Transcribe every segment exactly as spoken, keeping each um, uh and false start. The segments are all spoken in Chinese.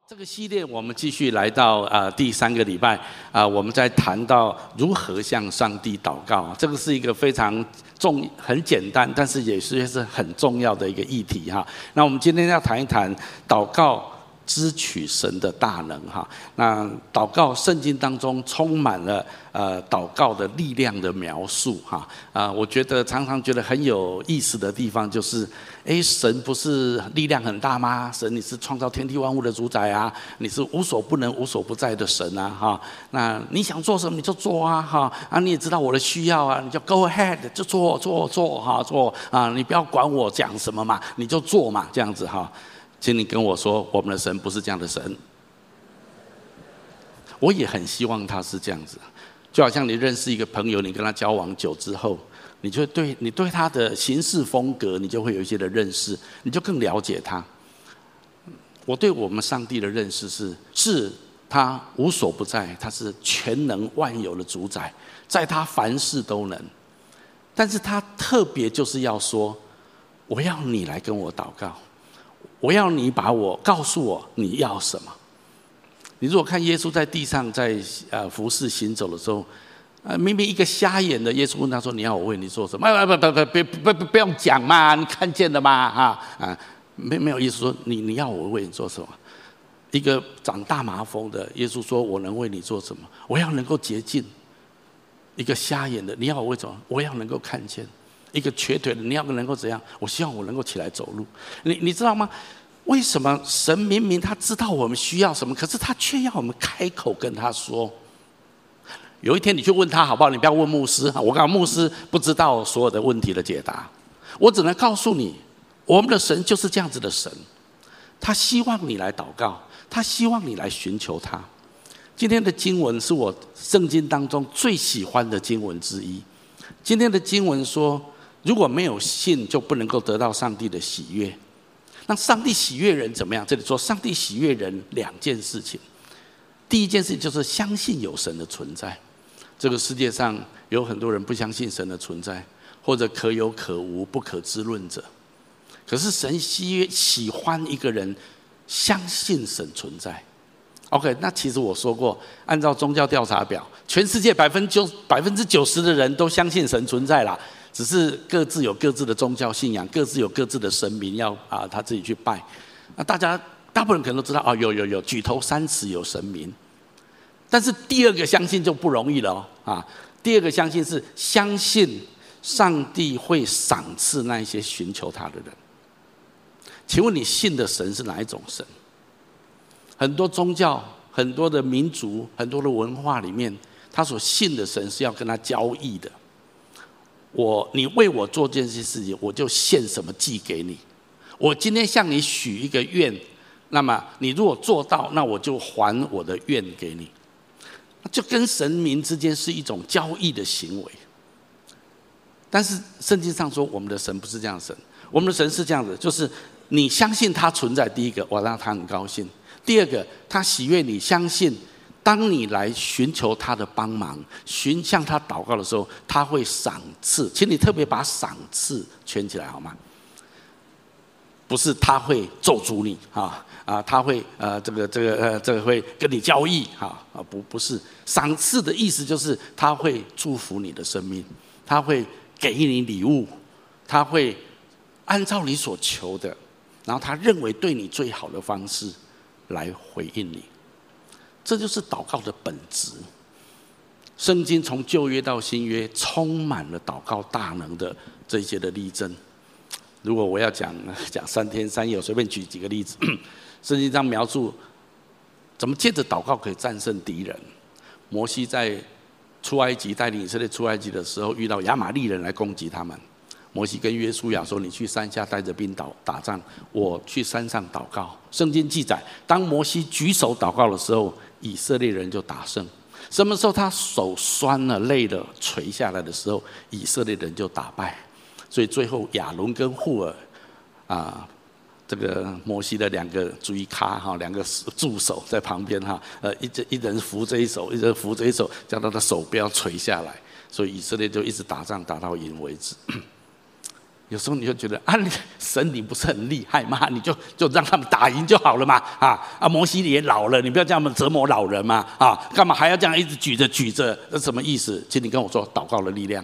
这个系列我们继续来到呃第三个礼拜啊、呃，我们在谈到如何向上帝祷告，这个是一个非常重、很简单，但是也是是很重要的一个议题哈。那我们今天要谈一谈祷告支取神的大能哈。那祷告圣经当中充满了呃祷告的力量的描述哈啊、呃，我觉得常常觉得很有意思的地方就是。哎，神不是力量很大吗？神，你是创造天地万物的主宰啊，你是无所不能、无所不在的神啊，哈。那你想做什么你就做啊，哈啊，你也知道我的需要啊，你就 go ahead 就做做做哈做啊，你不要管我讲什么嘛，你就做嘛，这样子哈。请你跟我说，我们的神不是这样的神。我也很希望他是这样子，就好像你认识一个朋友，你跟他交往久之后。你就对你对他的行事风格，你就会有一些的认识，你就更了解他。我对我们上帝的认识是：是他无所不在，他是全能万有的主宰，在他凡事都能。但是他特别就是要说：我要你来跟我祷告，我要你把我告诉我你要什么。你如果看耶稣在地上在呃服侍行走的时候。呃，明明一个瞎眼的耶稣问他说：“你要我为你做什么？”不不不不不不不用讲嘛，你看见了吗？哈啊，没没有耶稣说你你要我为你做什么？一个长大麻风的耶稣说：“我能为你做什么？我要能够洁净。”一个瞎眼的，你要我为什么？我要能够看见。一个瘸腿的，你要能够怎样？我希望我能够起来走路。你你知道吗？为什么神明明他知道我们需要什么，可是他却要我们开口跟他说？有一天你去问他好不好？你不要问牧师，我告诉牧师不知道所有的问题的解答，我只能告诉你，我们的神就是这样子的神，他希望你来祷告，他希望你来寻求他。今天的经文是我圣经当中最喜欢的经文之一。今天的经文说，如果没有信，就不能够得到上帝的喜悦。那上帝喜悦人怎么样？这里说，上帝喜悦人两件事情。第一件事情就是相信有神的存在。这个世界上有很多人不相信神的存在，或者可有可无、不可知论者。可是神喜喜欢一个人相信神存在。OK， 那其实我说过，按照宗教调查表，全世界百分之九百分之九十的人都相信神存在啦，只是各自有各自的宗教信仰，各自有各自的神明要啊他自己去拜。那大家大部分人可能都知道，哦，有有有，举头三尺有神明。但是第二个相信就不容易了哦啊！第二个相信是相信上帝会赏赐那一些寻求他的人。请问你信的神是哪一种神？很多宗教、很多的民族、很多的文化里面，他所信的神是要跟他交易的。我，你为我做这件事情，我就献什么祭给你。我今天向你许一个愿，那么你如果做到，那我就还我的愿给你。就跟神明之间是一种交易的行为，但是圣经上说我们的神不是这样的神，我们的神是这样的，就是你相信他存在，第一个我让他很高兴，第二个他喜悦你相信，当你来寻求他的帮忙，寻向他祷告的时候，他会赏赐，请你特别把赏赐圈起来好吗？不是他会咒诅你啊啊，他会呃这个这个呃这个会跟你交易哈啊不不是赏赐的意思就是他会祝福你的生命，他会给你礼物，他会按照你所求的，然后他认为对你最好的方式来回应你，这就是祷告的本质。圣经从旧约到新约充满了祷告大能的这些的例证。如果我要讲讲三天三夜，我随便举几个例子。圣经上描述怎么借着祷告可以战胜敌人。摩西在出埃及带领以色列出埃及的时候，遇到亚玛力人来攻击他们。摩西跟约书亚说：“你去山下带着兵打打仗，我去山上祷告。”圣经记载，当摩西举手祷告的时候，以色列人就打胜。什么时候他手酸了、累了、垂下来的时候，以色列人就打败。所以最后亚伦跟户尔啊，这个摩西的两个追咖哈，两个助手在旁边哈，呃，一一人扶这一手，一人扶这一手，叫他的手不要垂下来。所以以色列就一直打仗打到赢为止。 有时候你就觉得啊，神你不是很厉害吗？你就就让他们打赢就好了嘛！啊啊，摩西也老了，你不要这样折磨老人嘛！啊，干嘛还要这样一直举着举着？这什么意思？请你跟我说，祷告的力量。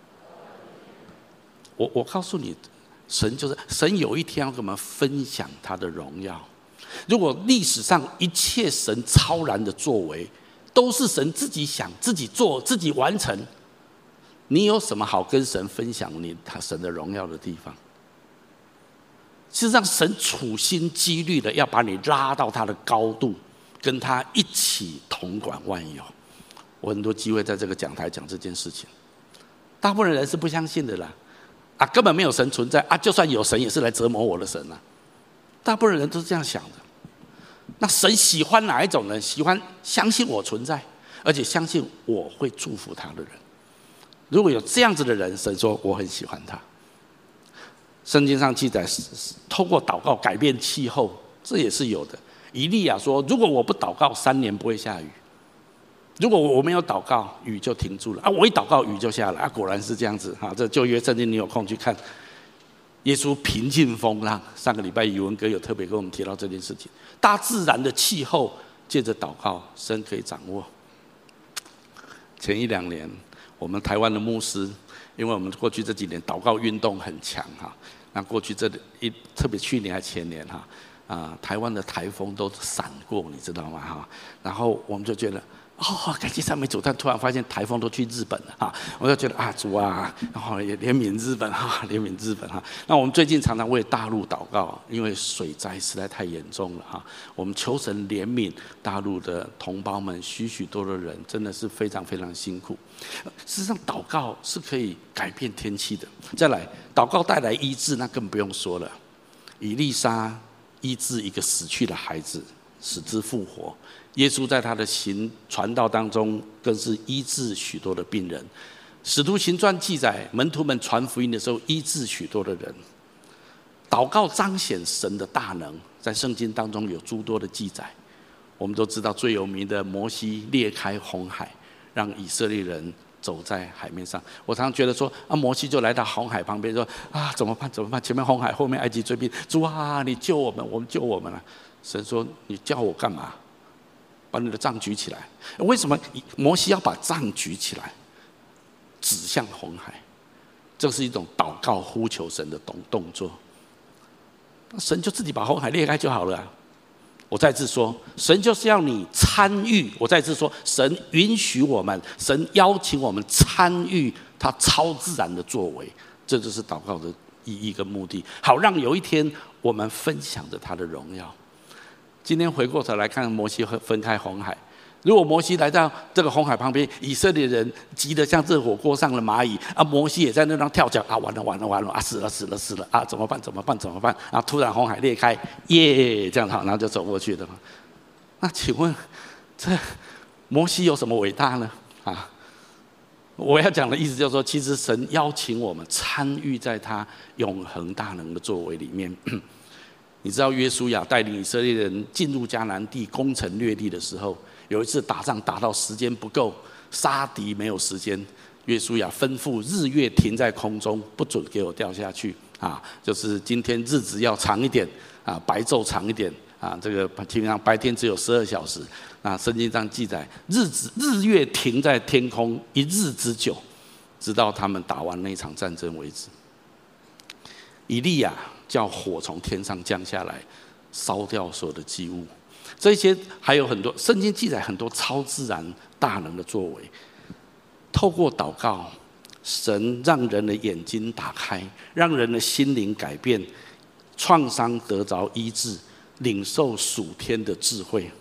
我我告诉你，神就是神，有一天要跟我们分享他的荣耀。如果历史上一切神超然的作为，都是神自己想、自己做、自己完成。你有什么好跟神分享你他神的荣耀的地方？事实上，神处心积虑的要把你拉到他的高度，跟他一起统管万有。我很多机会在这个讲台讲这件事情，大部分人是不相信的啦，啊，根本没有神存在啊，就算有神也是来折磨我的神啊，大部分人都是这样想的。那神喜欢哪一种人？喜欢相信我存在，而且相信我会祝福他的人。如果有这样子的人，神说我很喜欢他。圣经上记载，透过祷告改变气候，这也是有的。以利亚说，如果我不祷告，三年不会下雨。如果我没有祷告，雨就停住了啊！我一祷告，雨就下来啊！果然是这样子哈。这旧约圣经你有空去看，耶稣平静风浪。上个礼拜宇文哥有特别跟我们提到这件事情。大自然的气候，借着祷告，神可以掌握。前一两年，我们台湾的牧师，因为我们过去这几年祷告运动很强哈，那过去这一特别去年还前年哈，啊，台湾的台风都闪过，你知道吗哈？然后我们就觉得。哦，感谢赞美主！但突然发现台风都去日本了哈，我就觉得啊，主啊，然后也怜悯日本哈，怜悯日本哈。那我们最近常常为大陆祷告，因为水灾实在太严重了哈。我们求神怜悯大陆的同胞们，许许多多的人真的是非常非常辛苦。事实上，祷告是可以改变天气的。再来，祷告带来医治，那更不用说了。以利沙医治一个死去的孩子，使之复活。耶稣在他的行传道当中，更是医治许多的病人。使徒行传记载，门徒们传福音的时候，医治许多的人。祷告彰显神的大能，在圣经当中有诸多的记载。我们都知道最有名的摩西裂开红海，让以色列人走在海面上。我常常觉得说，啊，摩西就来到红海旁边说，啊，怎么办？怎么办？前面红海，后面埃及追兵，主啊，你救我们，我们救我们了。神说，你叫我干嘛？把你的杖举起来。为什么摩西要把杖举起来，指向红海？这是一种祷告呼求神的动动作。神就自己把红海裂开就好了啊。我再次说，神就是要你参与。我再次说，神允许我们，神邀请我们参与他超自然的作为，这就是祷告的意义跟目的，好让有一天我们分享着他的荣耀。今天回过头来看摩西分开红海，如果摩西来到这个红海旁边，以色列人急得像热火锅上的蚂蚁啊，摩西也在那张跳脚啊，完了完了完了啊，死了死了死了啊，怎么办怎么办怎么办啊？突然红海裂开，耶，这样好，然后就走过去了。那请问，这摩西有什么伟大呢？啊，我要讲的意思就是说，其实神邀请我们参与在他永恒大能的作为里面。你知道约书亚带领以色列人进入迦南地攻城略地的时候，有一次打仗打到时间不够，杀敌没有时间，约书亚吩咐日月停在空中，不准给我掉下去啊！就是今天日子要长一点啊，白昼长一点啊，这个基本上白天只有十二小时。那圣经上记载，日子日月停在天空一日之久，直到他们打完那场战争为止。以利亚叫火从天上降下来，烧掉所有的祭物。这些还有很多，圣经记载很多超自然大能的作为。透过祷告，神让人的眼睛打开，让人的心灵改变，创伤得着医治，领受属天的智慧。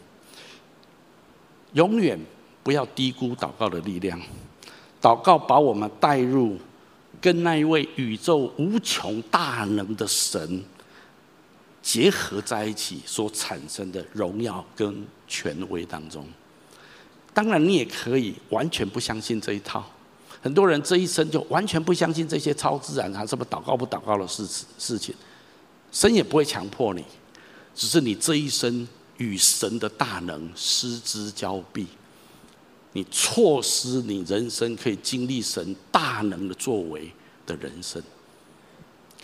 永远不要低估祷告的力量。祷告把我们带入跟那一位宇宙无穷大能的神结合在一起所产生的荣耀跟权威当中。当然你也可以完全不相信这一套，很多人这一生就完全不相信这些超自然啊，什么祷告不祷告的事事情，神也不会强迫你，只是你这一生与神的大能失之交臂，你错失你人生可以经历神大能的作为的人生。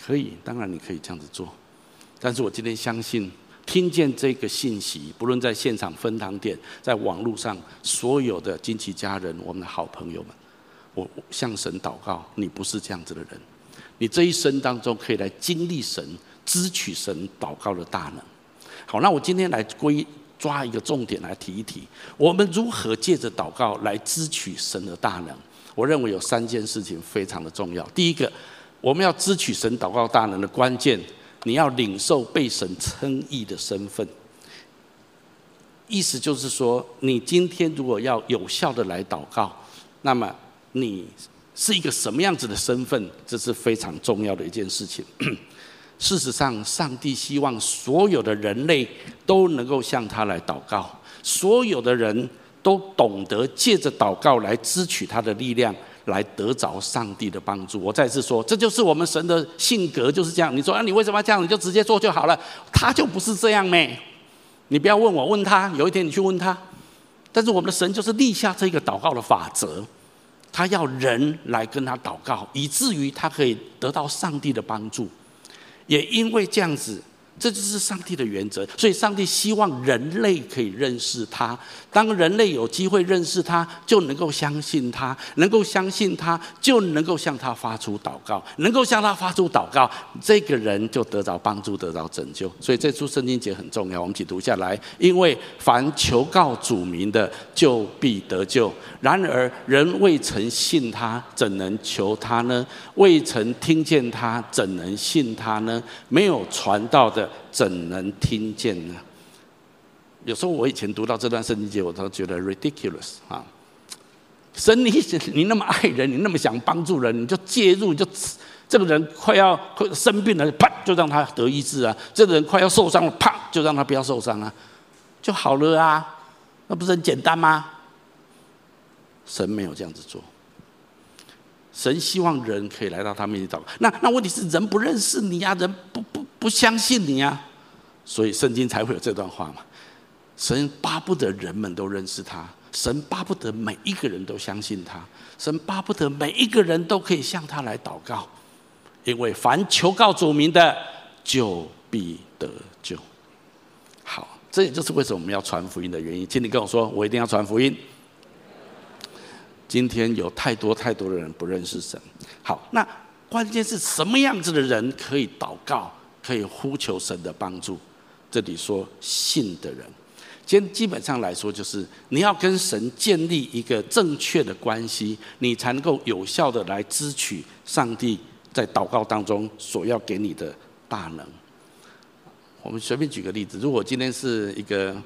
可以，当然你可以这样子做。但是我今天相信，听见这个信息，不论在现场分堂点，在网络上，所有的金旗家人，我们的好朋友们，我向神祷告，你不是这样子的人，你这一生当中可以来经历神，支取神祷告的大能。好，那我今天来归抓一个重点来提一提，我们如何借着祷告来支取神的大能？我认为有三件事情非常的重要。第一个，我们要支取神祷告大能的关键，你要领受被神称义的身份。意思就是说，你今天如果要有效的来祷告，那么你是一个什么样子的身份，这是非常重要的一件事情。事实上，上帝希望所有的人类都能够向他来祷告，所有的人都懂得借着祷告来支取他的力量，来得着上帝的帮助。我再次说，这就是我们神的性格，就是这样。你说啊，你为什么要这样？你就直接做就好了。他就不是这样咩？你不要问我，问他。有一天你去问他。但是我们的神就是立下这个祷告的法则，他要人来跟他祷告，以至于他可以得到上帝的帮助。也因为这样子，这就是上帝的原则，所以上帝希望人类可以认识他。当人类有机会认识他，就能够相信他，能够相信他，就能够向他发出祷告，能够向他发出祷告，这个人就得着帮助，得着拯救。所以这出圣经节很重要，我们一起读下来。因为凡求告主名的，就必得救。然而人未曾信他，怎能求他呢？未曾听见他，怎能信他呢？没有传道的，怎能听见呢？有时候我以前读到这段圣经节，我都觉得 ridiculous 啊！神你你那么爱人，你那么想帮助人，你就介入，你就这个人快要生病了，啪就让他得医治啊！这个人快要受伤了，啪就让他不要受伤啊，就好了啊！那不是很简单吗？神没有这样子做。神希望人可以来到他面前祷告。那那问题是人不认识你啊，人不不不相信你啊，所以圣经才会有这段话嘛。神巴不得人们都认识他，神巴不得每一个人都相信他，神巴不得每一个人都可以向他来祷告，因为凡求告主名的，就必得救。好，这也就是为什么我们要传福音的原因。请你跟我说，我一定要传福音。今天有太多太多的人不认识神。好，那关键是什么样子的人可以祷告，可以呼求神的帮助？这里说信的人。今天基本上来说，就是你要跟神建立一个正确的关系，你才能够有效的来支取上帝在祷告当中所要给你的大能。我们随便举个例子，如果今天是一个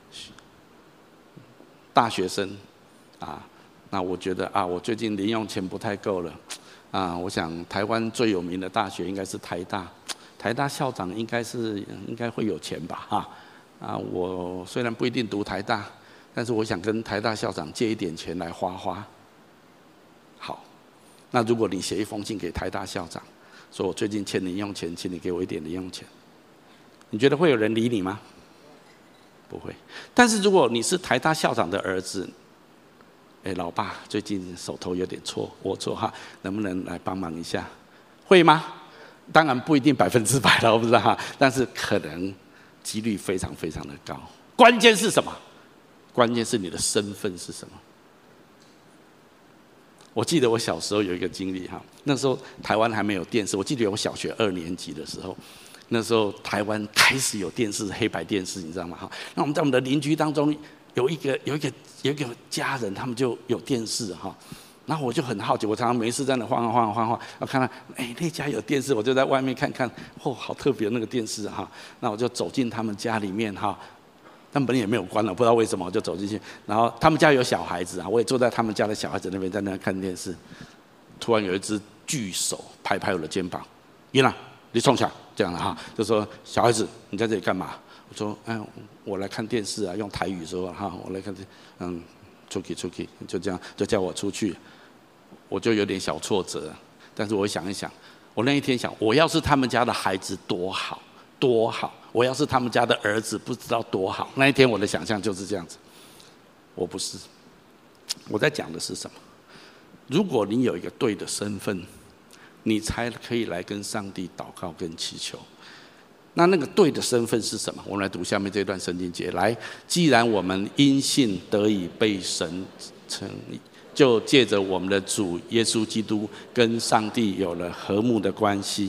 大学生啊，那我觉得啊，我最近零用钱不太够了啊，我想台湾最有名的大学应该是台大，台大校长应该是应该会有钱吧哈。啊，我虽然不一定读台大，但是我想跟台大校长借一点钱来花花。好，那如果你写一封信给台大校长，说我最近欠零用钱，请你给我一点零用钱，你觉得会有人理你吗？不会。但是如果你是台大校长的儿子，哎，老爸最近手头有点错，龌龊哈，能不能来帮忙一下？会吗？当然不一定百分之百了，我不知道哈，但是可能几率非常非常的高。关键是什么？关键是你的身份是什么？我记得我小时候有一个经历哈，那时候台湾还没有电视，我记得我小学二年级的时候，那时候台湾开始有电视，黑白电视，你知道吗？哈，那我们在我们的邻居当中有一个有一个有一个家人，他们就有电视哈。然后我就很好奇，我常常没事在那晃啊晃啊晃啊晃，我看到哎那家有电视，我就在外面看看，哦，好特别那个电视哈。那我就走进他们家里面哈，他们门也没有关了，不知道为什么我就走进去。然后他们家有小孩子啊，我也坐在他们家的小孩子那边在那看电视。突然有一只巨手拍拍我的肩膀，伊娜，你冲下这样的哈，就说小孩子你在这里干嘛？我说哎，我来看电视啊，用台语说哈，我来看嗯，出去出去，就这样就叫我出去。我就有点小挫折，但是我想一想，我那一天想，我要是他们家的孩子多好多好，我要是他们家的儿子不知道多好。那一天我的想象就是这样子。我不是，我在讲的是什么？如果你有一个对的身份， 你才可以来跟上帝祷告跟祈求。那那个对的身份是什么？我们来读下面这段圣经节。来，既然我们因信得以被神称义，就借着我们的主耶稣基督跟上帝有了和睦的关系。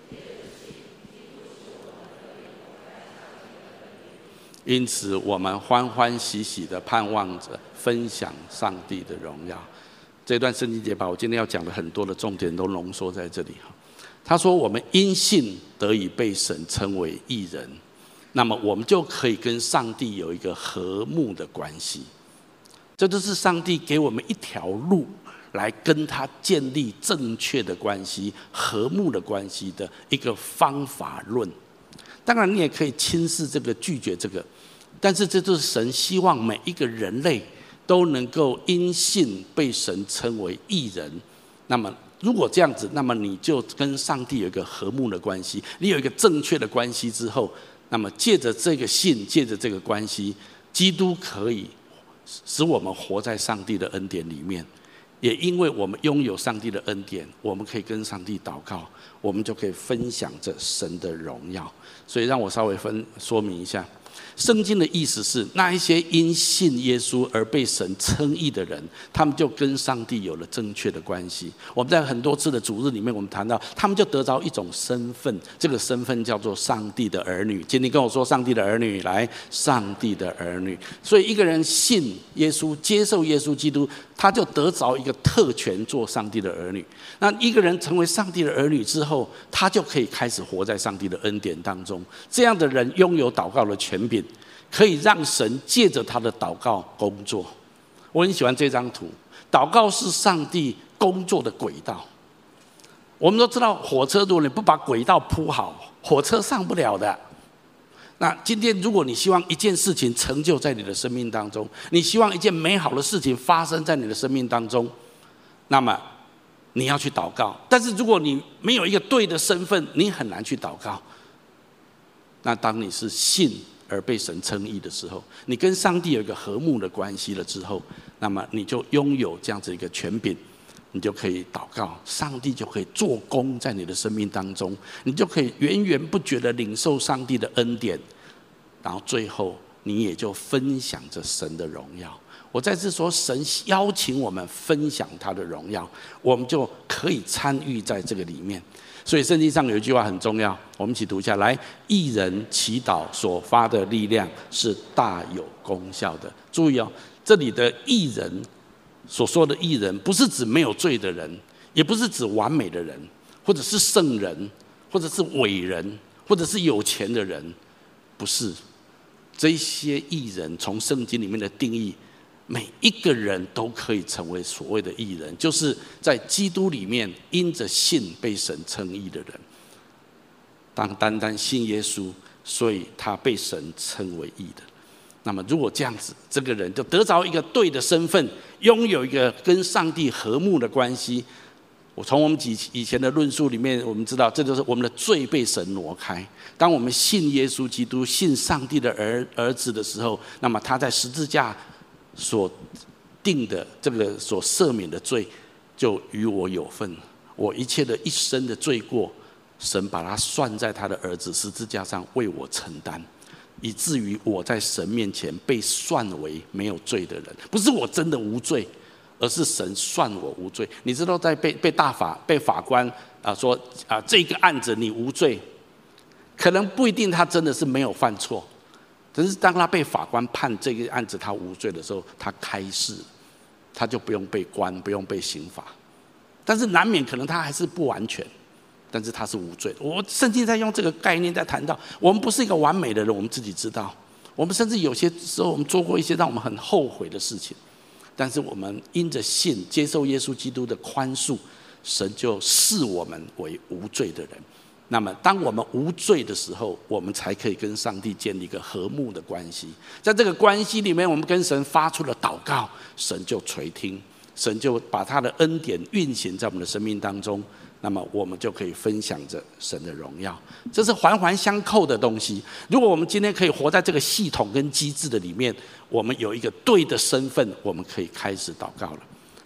因此，我们欢欢喜喜的盼望着分享上帝的荣耀。这段圣经节把我今天要讲的很多的重点都浓缩在这里。他说：“我们因信得以被神称为义人，那么我们就可以跟上帝有一个和睦的关系。这就是上帝给我们一条路，来跟他建立正确的关系、和睦的关系的一个方法论。当然，你也可以轻视这个、拒绝这个，但是这就是神希望每一个人类都能够因信被神称为义人。那么，如果这样子，那么你就跟上帝有一个和睦的关系，你有一个正确的关系之后，那么借着这个信，借着这个关系，基督可以使我们活在上帝的恩典里面。也因为我们拥有上帝的恩典，我们可以跟上帝祷告，我们就可以分享着神的荣耀。所以让我稍微分说明一下，圣经的意思是，那一些因信耶稣而被神称义的人，他们就跟上帝有了正确的关系。我们在很多次的主日里面，我们谈到，他们就得着一种身份，这个身份叫做上帝的儿女。今天跟我说，上帝的儿女，来，上帝的儿女。所以一个人信耶稣，接受耶稣基督，他就得着一个特权，做上帝的儿女。那一个人成为上帝的儿女之后，他就可以开始活在上帝的恩典当中。这样的人拥有祷告的权柄，可以让神借着他的祷告工作。我很喜欢这张图，祷告是上帝工作的轨道。我们都知道，火车如果你不把轨道铺好，火车上不了的。那今天，如果你希望一件事情成就在你的生命当中，你希望一件美好的事情发生在你的生命当中，那么你要去祷告。但是如果你没有一个对的身份，你很难去祷告。那当你是信而被神称义的时候，你跟上帝有一个和睦的关系了之后，那么你就拥有这样子一个权柄，你就可以祷告，上帝就可以做工在你的生命当中，你就可以源源不绝的领受上帝的恩典，然后最后你也就分享着神的荣耀。我再次说，神邀请我们分享他的荣耀，我们就可以参与在这个里面。所以圣经上有一句话很重要，我们一起读下来：义人祈祷所发的力量是大有功效的。注意哦，这里的义人所说的义人，不是指没有罪的人，也不是指完美的人，或者是圣人，或者是伟人，或者是有钱的人，不是。这些义人从圣经里面的定义，每一个人都可以成为所谓的义人，就是在基督里面因着信被神称义的人。当单单信耶稣，所以他被神称为义的。那么如果这样子，这个人就得着一个对的身份，拥有一个跟上帝和睦的关系。我从我们以前的论述里面，我们知道这就是我们的罪被神挪开。当我们信耶稣基督、信上帝的儿儿子的时候，那么他在十字架所定的这个所赦免的罪，就与我有份。我一切的一生的罪过，神把它算在他的儿子十字架上为我承担，以至于我在神面前被算为没有罪的人。不是我真的无罪，而是神算我无罪。你知道，在被被大法被法官啊说啊这个案子你无罪，可能不一定他真的是没有犯错，可是当他被法官判这个案子他无罪的时候，他开释，他就不用被关，不用被刑罚。但是难免可能他还是不完全，但是他是无罪的。我圣经在用这个概念在谈到，我们不是一个完美的人，我们自己知道，我们甚至有些时候我们做过一些让我们很后悔的事情，但是我们因着信接受耶稣基督的宽恕，神就视我们为无罪的人。那么当我们无罪的时候，我们才可以跟上帝建立一个和睦的关系。在这个关系里面，我们跟神发出了祷告，神就垂听，神就把他的恩典运行在我们的生命当中，那么我们就可以分享着神的荣耀。这是环环相扣的东西。如果我们今天可以活在这个系统跟机制的里面，我们有一个对的身份，我们可以开始祷告了。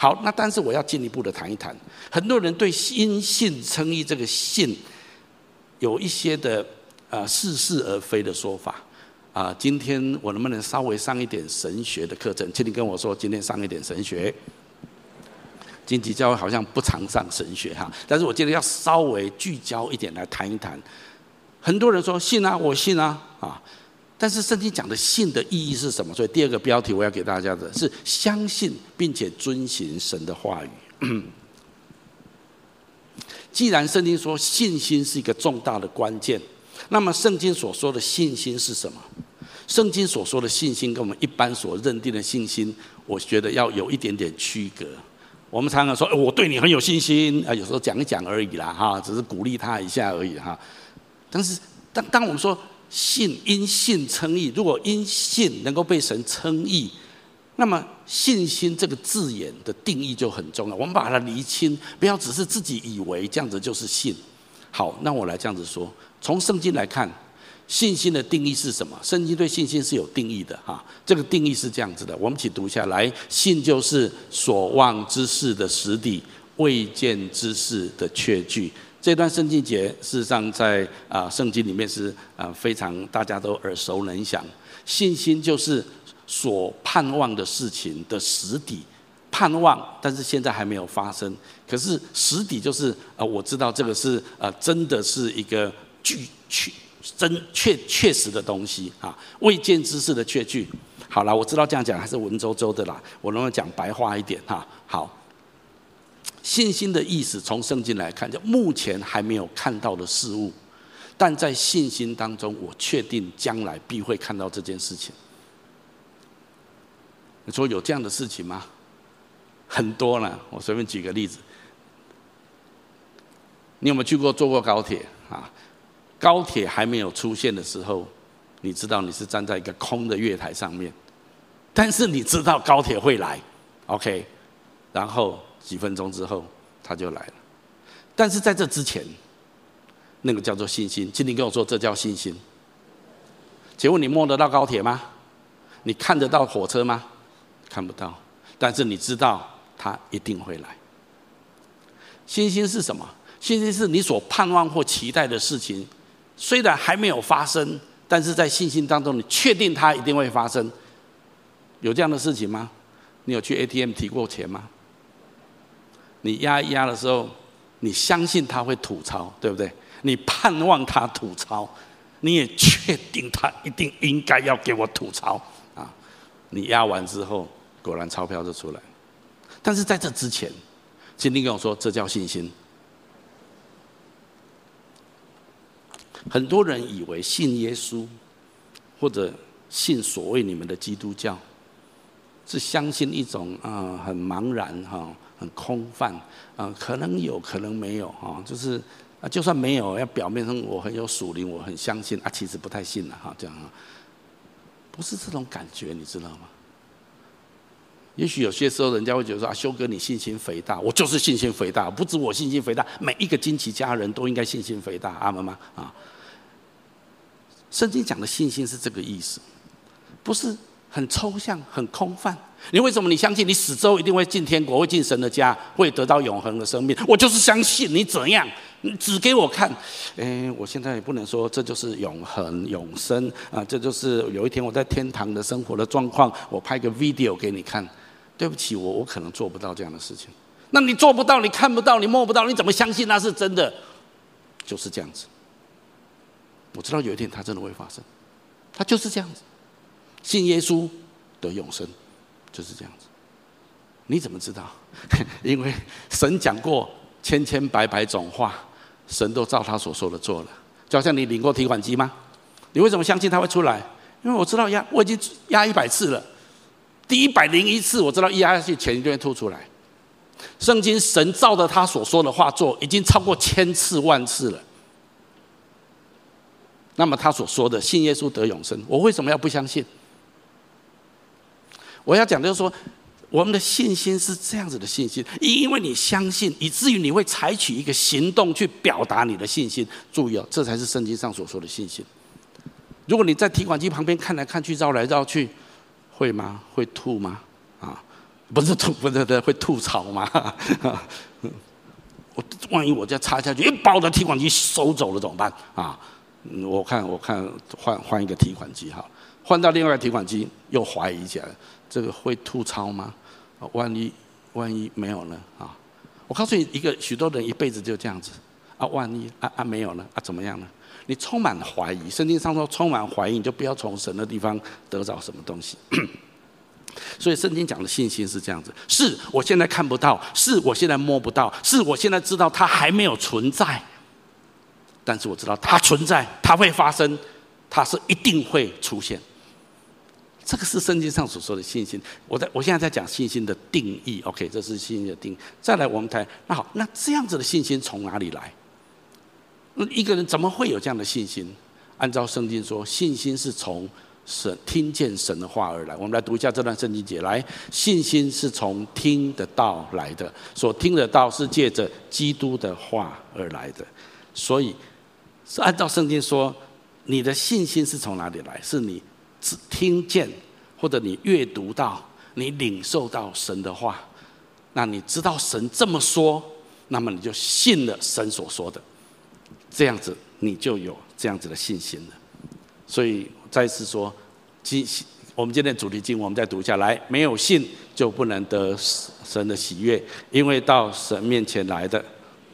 好，那但是我要进一步的谈一谈，很多人对因信称义这个信有一些的呃似是而非的说法啊、呃。今天我能不能稍微上一点神学的课程？请你跟我说，今天上一点神学。荆棘教会好像不常上神学哈，但是我今天要稍微聚焦一点来谈一谈。很多人说信啊，我信啊啊。但是圣经讲的信的意义是什么？所以第二个标题我要给大家的是相信并且遵行神的话语。既然圣经说信心是一个重大的关键，那么圣经所说的信心是什么？圣经所说的信心跟我们一般所认定的信心，我觉得要有一点点区隔。我们常常说，我对你很有信心啊，有时候讲一讲而已啦，哈，只是鼓励他一下而已哈。但是当当我们说信因信称义，如果因信能够被神称义，那么信心这个字眼的定义就很重要。我们把它厘清，不要只是自己以为这样子就是信。好，那我来这样子说，从圣经来看，信心的定义是什么？圣经对信心是有定义的哈。这个定义是这样子的，我们一起读下来：信就是所望之事的实底，未见之事的确据。这段圣经节事实上在啊、呃、圣经里面是啊、呃、非常大家都耳熟能详。信心就是所盼望的事情的实底，盼望，但是现在还没有发生。可是实底就是呃我知道这个是呃真的是一个具确真确确实的东西啊，未见之事的确据。好了，我知道这样讲还是文绉绉的啦，我能不能讲白话一点哈？好。信心的意思，从圣经来看，叫目前还没有看到的事物，但在信心当中，我确定将来必会看到这件事情。你说有这样的事情吗？很多呢，我随便举个例子。你有没有去过坐过高铁啊？高铁还没有出现的时候，你知道你是站在一个空的月台上面，但是你知道高铁会来 ，OK， 然后。几分钟之后，他就来了。但是在这之前，那个叫做信心。请你跟我说，这叫信心。请问你摸得到高铁吗？你看得到火车吗？看不到。但是你知道他一定会来。信心是什么？信心是你所盼望或期待的事情，虽然还没有发生，但是在信心当中，你确定它一定会发生。有这样的事情吗？你有去 A T M 提过钱吗？你压一压的时候，你相信他会吐钞，对不对？你盼望他吐钞，你也确定他一定应该要给我吐钞啊！你压完之后，果然钞票就出来。但是在这之前，请你跟我说，这叫信心。很多人以为信耶稣，或者信所谓你们的基督教，是相信一种啊、呃、很茫然哈。哦很空泛啊、呃，可能有，可能没有啊、哦，就是啊，就算没有，要表面上我很有属灵，我很相信啊，其实不太信了哈，这样啊，不是这种感觉，你知道吗？也许有些时候人家会觉得说啊，修哥你信心肥大，我就是信心肥大，不止我信心肥大，每一个惊奇家人都应该信心肥大，阿们吗？啊，圣经讲的信心是这个意思，不是很抽象、很空泛。你为什么你相信你死之后一定会进天国，会进神的家，会得到永恒的生命？我就是相信，你怎样？你指给我看。哎，我现在也不能说这就是永恒永生啊，这就是有一天我在天堂的生活的状况，我拍个 video 给你看。对不起，我我可能做不到这样的事情。那你做不到，你看不到，你摸不到，你怎么相信那是真的？就是这样子。我知道有一天它真的会发生，它就是这样子。信耶稣得永生。就是这样子，你怎么知道？因为神讲过千千百百种话，神都照他所说的做了。就好像你领过提款机吗？你为什么相信他会出来？因为我知道压，我已经压一百次了，第一百零一次我知道一压下去钱一定会吐出来。圣经神照着他所说的话做，已经超过千次万次了。那么他所说的信耶稣得永生，我为什么要不相信？我要讲的就是说，我们的信心是这样子的信心，因为你相信，以至于你会采取一个行动去表达你的信心。注意哦，这才是圣经上所说的信心。如果你在提款机旁边看来看去、绕来绕去，会吗？会吐吗？啊， 不是吐，不是的，会吐槽嘛？我万一我再插下去，一把我的提款机收走了怎么办啊？我看我看换换一个提款机好，换到另外一个提款机又怀疑起来，这个会吐槽吗？万一万一没有呢啊？我告诉你，一个许多人一辈子就这样子啊，万一啊啊没有呢啊怎么样呢？你充满怀疑，圣经上说充满怀疑，你就不要从神的地方得到什么东西。所以圣经讲的信心是这样子：是我现在看不到，是我现在摸不到，是我现在知道它还没有存在，但是我知道它存在，它会发生，它是一定会出现。这个是圣经上所说的信心。我在我现在在讲信心的定义 ，OK， 这是信心的定义。再来，我们谈那好，那这样子的信心从哪里来？一个人怎么会有这样的信心？按照圣经说，信心是从神听见神的话而来。我们来读一下这段圣经节。来，信心是从听的道来的，所听的道是借着基督的话而来的。所以，是按照圣经说，你的信心是从哪里来？是你听见，或者你阅读到，你领受到神的话，那你知道神这么说，那么你就信了神所说的。这样子你就有这样子的信心了。所以再次说，我们今天的主题经文我们再读一下来，没有信就不能得神的喜悦，因为到神面前来的，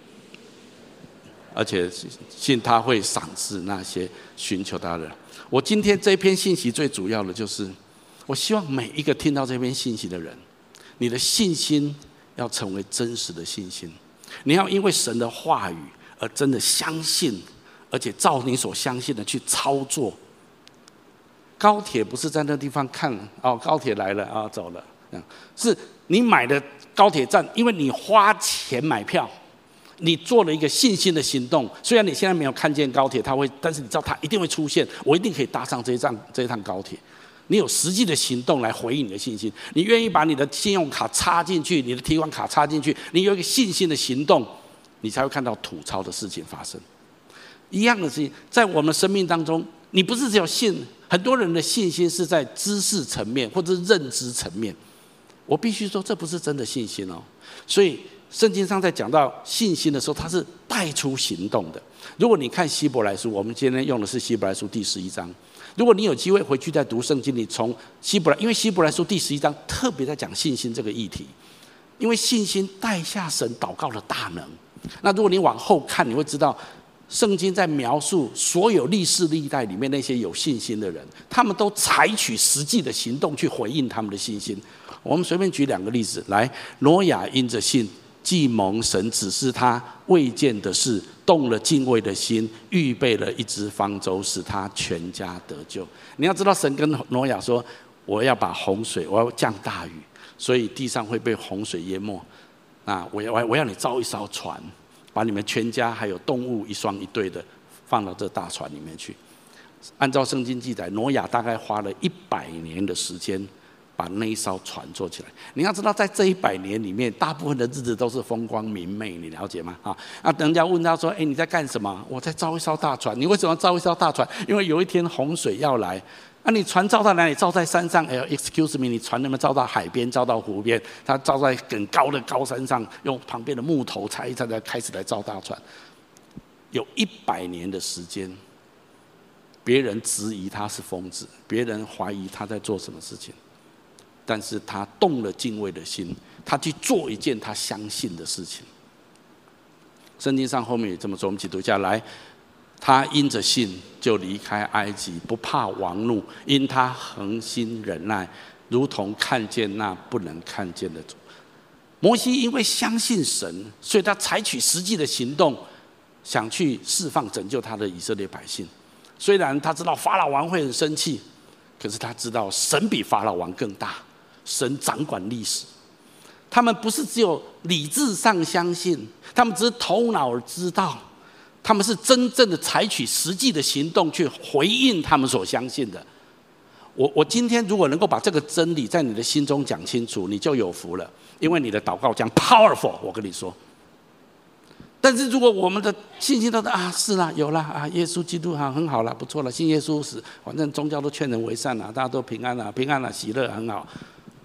而且信他会赏赐那些寻求他的人。我今天这篇信息最主要的就是，我希望每一个听到这篇信息的人，你的信心要成为真实的信心，你要因为神的话语而真的相信，而且照你所相信的去操作。高铁不是在那地方看哦，高铁来了啊、哦，走了，是你买的高铁站，因为你花钱买票，你做了一个信心的行动。虽然你现在没有看见高铁，它会，但是你知道它一定会出现，我一定可以搭上这一站这一趟高铁。你有实际的行动来回应你的信心，你愿意把你的信用卡插进去，你的提款卡插进去，你有一个信心的行动，你才会看到吐槽的事情发生。一样的事情，在我们生命当中，你不是只有信，很多人的信心是在知识层面或者是认知层面。我必须说，这不是真的信心哦。所以圣经上在讲到信心的时候，它是带出行动的。如果你看希伯来书，我们今天用的是希伯来书第十一章。如果你有机会回去再读圣经，你从希伯来，因为希伯来书第十一章特别在讲信心这个议题，因为信心带下神祷告的大能。那如果你往后看，你会知道，圣经在描述所有历世历代里面那些有信心的人，他们都采取实际的行动去回应他们的信心。我们随便举两个例子来，挪亚因着信，既蒙神指示他未见的事，动了敬畏的心，预备了一只方舟，使他全家得救。你要知道，神跟挪亚说，我要把洪水，我要降大雨，所以地上会被洪水淹没。那我要我要你造一艘船，把你们全家还有动物一双一对的放到这大船里面去。按照圣经记载，挪亚大概花了一百年的时间把那一艘船做起来。你要知道，在这一百年里面，大部分的日子都是风光明媚，你了解吗？啊，那人家问他说：“哎，你在干什么？”我在造一艘大船。你为什么造一艘大船？因为有一天洪水要来。那、啊、你船造到哪里？造在山上？哎 ，excuse me， 你船能不能造到海边？造到湖边？它造在很高的高山上，用旁边的木头拆一拆，才开始来造大船。有一百年的时间，别人质疑他是疯子，别人怀疑他在做什么事情，但是他动了敬畏的心，他去做一件他相信的事情。圣经上后面也这么说，我们一起读下来。他因着信就离开埃及，不怕王怒，因他恒心忍耐，如同看见那不能看见的主。摩西因为相信神，所以他采取实际的行动，想去释放拯救他的以色列百姓。虽然他知道法老王会很生气，可是他知道神比法老王更大，神掌管历史。他们不是只有理智上相信，他们只是头脑知道，他们是真正的采取实际的行动去回应他们所相信的。我我今天如果能够把这个真理在你的心中讲清楚，你就有福了，因为你的祷告将 powerful。我跟你说，但是如果我们的信心都是啊是啦有啦啊耶稣基督哈很好啦不错了，信耶稣死，反正宗教都劝人为善啦，大家都平安啦平安啦喜乐很好，不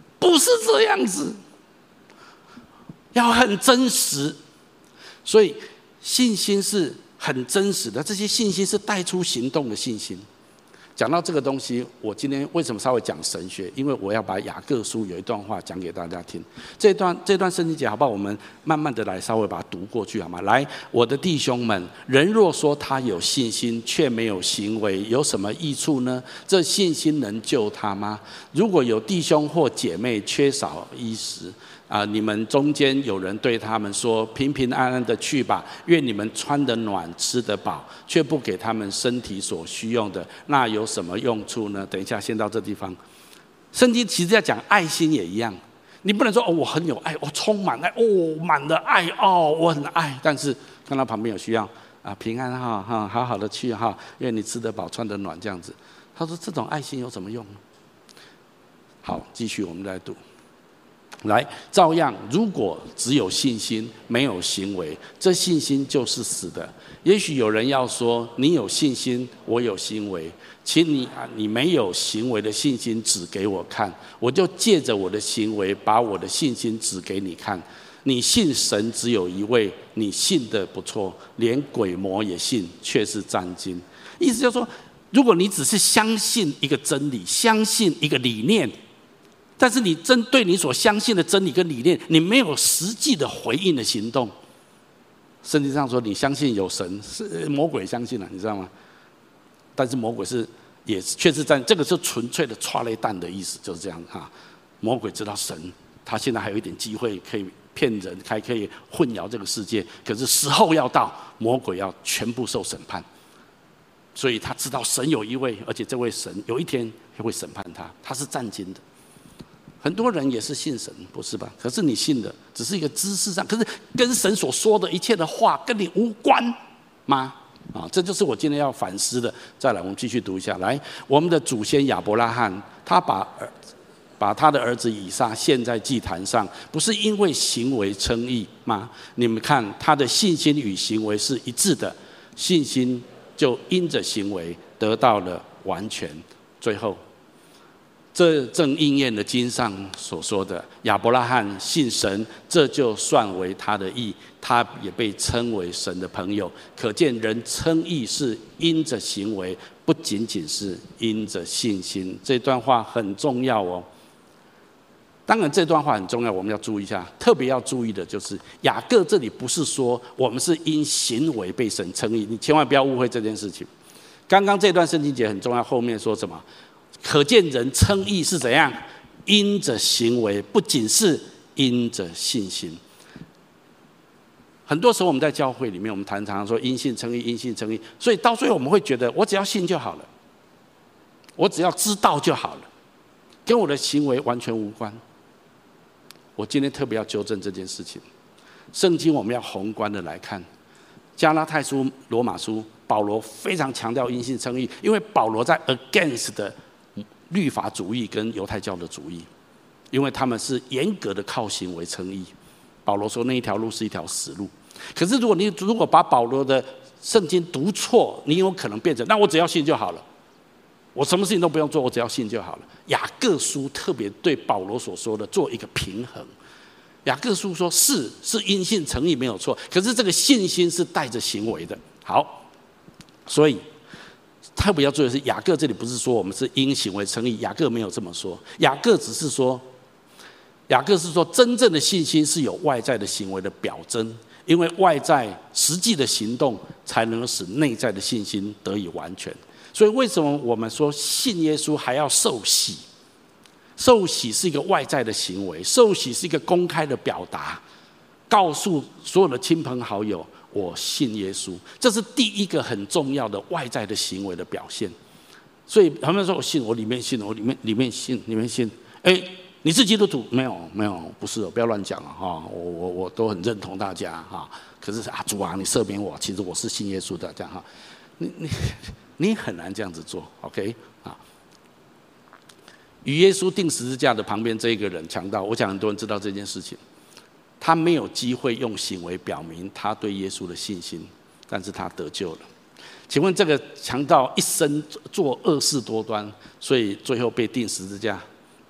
是这样子，要很真实。所以信心是很真实的，这些信心是带出行动的信心。讲到这个东西，我今天为什么稍微讲神学？因为我要把雅各书有一段话讲给大家听。这段这段圣经节，好不好？我们慢慢的来，稍微把它读过去，好吗？来，我的弟兄们，人若说他有信心，却没有行为，有什么益处呢？这信心能救他吗？如果有弟兄或姐妹缺少衣食，啊！你们中间有人对他们说：“平平安安的去吧，愿你们穿得暖，吃得饱，却不给他们身体所需用的，那有什么用处呢？”等一下，先到这地方。圣经其实在讲爱心也一样，你不能说哦，我很有爱，我充满爱，哦，满了爱，哦，我很爱，但是看到旁边有需要啊，平安哈哈，好好的去哈，愿你吃得饱，穿得暖，这样子。他说这种爱心有什么用呢？好，继续我们来读。来，照样，如果只有信心，没有行为，这信心就是死的。也许有人要说：“你有信心，我有行为，请你啊，你没有行为的信心指给我看，我就借着我的行为，把我的信心指给你看。你信神只有一位，你信的不错，连鬼魔也信，却是战惊。”意思就是说，如果你只是相信一个真理，相信一个理念，但是你针对你所相信的真理跟理念，你没有实际的回应的行动。圣经上说，你相信有神，是魔鬼相信了，你知道吗？但是魔鬼是也确实在这个是纯粹的抓雷弹的意思，就是这样哈。魔鬼知道神，他现在还有一点机会可以骗人，还可以混淆这个世界。可是时候要到，魔鬼要全部受审判，所以他知道神有一位，而且这位神有一天会审判他，他是战惊的。很多人也是信神，不是吧？可是你信的只是一个知识上，可是跟神所说的一切的话跟你无关吗？啊，这就是我今天要反思的。再来，我们继续读一下。来，我们的祖先亚伯拉罕，他把把他的儿子以撒献在祭坛上，不是因为行为称义吗？你们看，他的信心与行为是一致的，信心就因着行为得到了完全。最后，这正应验了经上所说的：亚伯拉罕信神，这就算为他的义，他也被称为神的朋友。可见人称义是因着行为，不仅仅是因着信心。这段话很重要哦。当然，这段话很重要，我们要注意一下。特别要注意的就是雅各这里不是说我们是因行为被神称义，你千万不要误会这件事情。刚刚这段圣经节很重要，后面说什么？可见人称义是怎样？因着行为，不仅是因着信心。很多时候我们在教会里面，我们常常说因信称义，因信称义，所以到最后我们会觉得，我只要信就好了，我只要知道就好了，跟我的行为完全无关。我今天特别要纠正这件事情。圣经我们要宏观的来看，加拉太书、罗马书，保罗非常强调因信称义，因为保罗在 against 的律法主义跟犹太教的主义，因为他们是严格的靠行为称义。保罗说那一条路是一条死路。可是如果你如果把保罗的圣经读错，你有可能变成那我只要信就好了，我什么事情都不用做，我只要信就好了。雅各书特别对保罗所说的做一个平衡。雅各书说是是因信称义没有错，可是这个信心是带着行为的。好，所以特别要注意的是，雅各这里不是说我们是因行为称义，雅各没有这么说。雅各只是说，雅各是说真正的信心是有外在的行为的表征，因为外在实际的行动才能使内在的信心得以完全。所以为什么我们说信耶稣还要受洗？受洗是一个外在的行为，受洗是一个公开的表达，告诉所有的亲朋好友我信耶稣，这是第一个很重要的外在的行为的表现。所以他们说我信，我里面信，我里面里面信，里面信。哎，你是基督徒？没有，没有，不是，不要乱讲了哈。我我我都很认同大家哈。可是啊，主啊，你赦免我，其实我是信耶稣的，这样哈。你你你很难这样子做 ，OK 啊？与耶稣钉十字架的旁边这一个人强盗，我想很多人知道这件事情。他没有机会用行为表明他对耶稣的信心，但是他得救了。请问这个强盗一生做恶事多端，所以最后被钉十字架，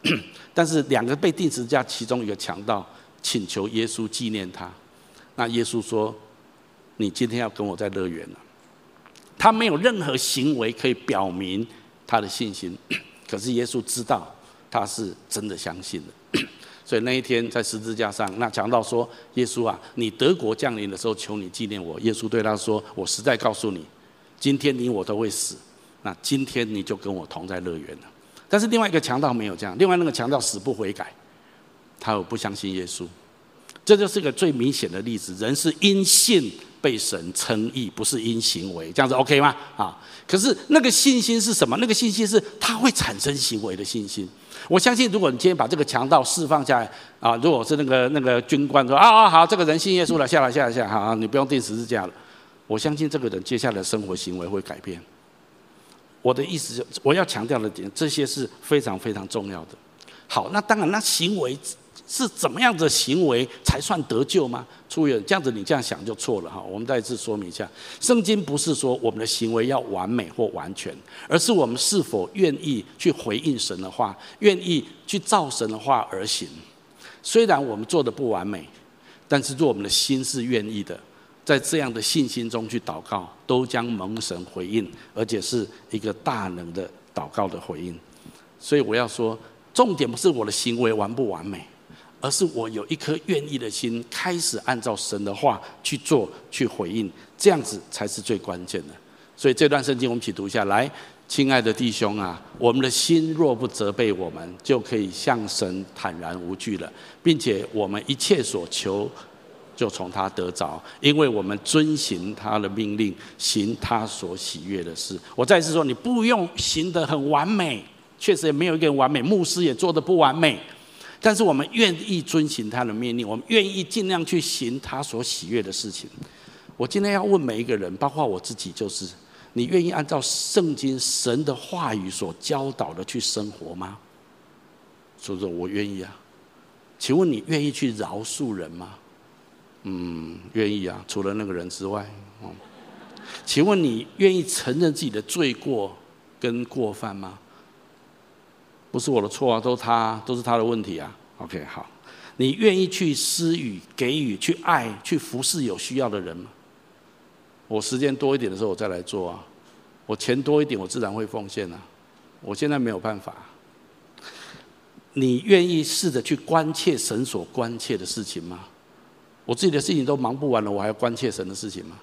但是两个被钉十字架，其中一个强盗请求耶稣纪念他。那耶稣说：“你今天要跟我在乐园了。”他没有任何行为可以表明他的信心，可是耶稣知道他是真的相信的。所以那一天在十字架上，那强盗说：“耶稣啊，你德国降临的时候，求你纪念我。”耶稣对他说：“我实在告诉你，今天你我都会死，那今天你就跟我同在乐园了。”但是另外一个强盗没有这样，另外那个强盗死不悔改，他有不相信耶稣。这就是一个最明显的例子，人是因信被神称义，不是因行为，这样子 OK 吗？啊，可是那个信心是什么？那个信心是它会产生行为的信心。我相信，如果你今天把这个强盗释放下来啊，如果是那个那个军官说啊啊好，这个人信耶稣了，下来下来下来，好，你不用钉十字架了。我相信这个人接下来的生活行为会改变。我的意思，我要强调的点，这些是非常非常重要的。好，那当然，那行为是怎么样的行为才算得救吗？出远这样子，你这样想就错了哈。我们再一次说明一下，圣经不是说我们的行为要完美或完全，而是我们是否愿意去回应神的话，愿意去照神的话而行。虽然我们做的不完美，但是若我们的心是愿意的，在这样的信心中去祷告，都将蒙神回应，而且是一个大能的祷告的回应。所以我要说，重点不是我的行为完不完美，而是我有一颗愿意的心，开始按照神的话去做，去回应，这样子才是最关键的。所以这段圣经我们一起读一下来。亲爱的弟兄啊，我们的心若不责备我们，就可以向神坦然无惧了，并且我们一切所求就从他得着，因为我们遵行他的命令，行他所喜悦的事。我再次说，你不用行得很完美，确实也没有一个人完美，牧师也做得不完美，但是我们愿意遵行他的命令，我们愿意尽量去行他所喜悦的事情。我今天要问每一个人，包括我自己，就是你愿意按照圣经神的话语所教导的去生活吗？所以说我愿意啊。请问你愿意去饶恕人吗？嗯，愿意啊，除了那个人之外。哦，请问你愿意承认自己的罪过跟过犯吗？不是我的错啊，都是他，都是他的问题啊。OK， 好，你愿意去施予、给予、去爱、去服侍有需要的人吗？我时间多一点的时候，我再来做啊。我钱多一点，我自然会奉献啊。我现在没有办法。你愿意试着去关切神所关切的事情吗？我自己的事情都忙不完了，我还要关切神的事情吗？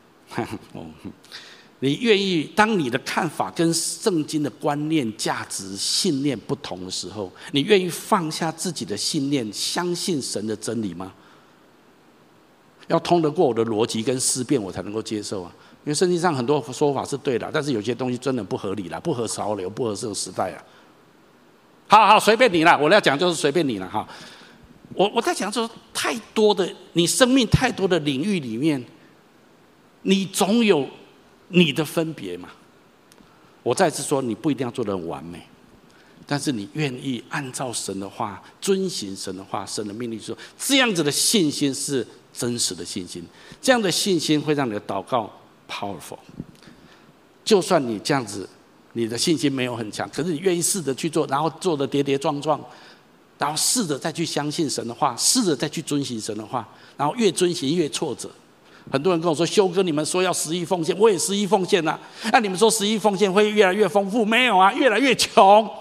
你愿意当你的看法跟圣经的观念、价值、信念不同的时候，你愿意放下自己的信念，相信神的真理吗？要通得过我的逻辑跟思辨，我才能够接受啊。因为圣经上很多说法是对的，但是有些东西真的不合理了，不合潮流，不合这个时代啊。好好，随便你了，我要讲就是随便你了哈。我我在讲说，太多的你生命太多的领域里面，你总有你的分别嘛。我再次说，你不一定要做得很完美，但是你愿意按照神的话，遵行神的话，神的命令说，这样子的信心是真实的信心。这样的信心会让你的祷告 powerful。就算你这样子，你的信心没有很强，可是你愿意试着去做，然后做得跌跌撞撞，然后试着再去相信神的话，试着再去遵行神的话，然后越遵行越挫折。很多人跟我说，修哥，你们说要十一奉献，我也十一奉献啊。那你们说十一奉献会越来越丰富？没有啊，越来越穷。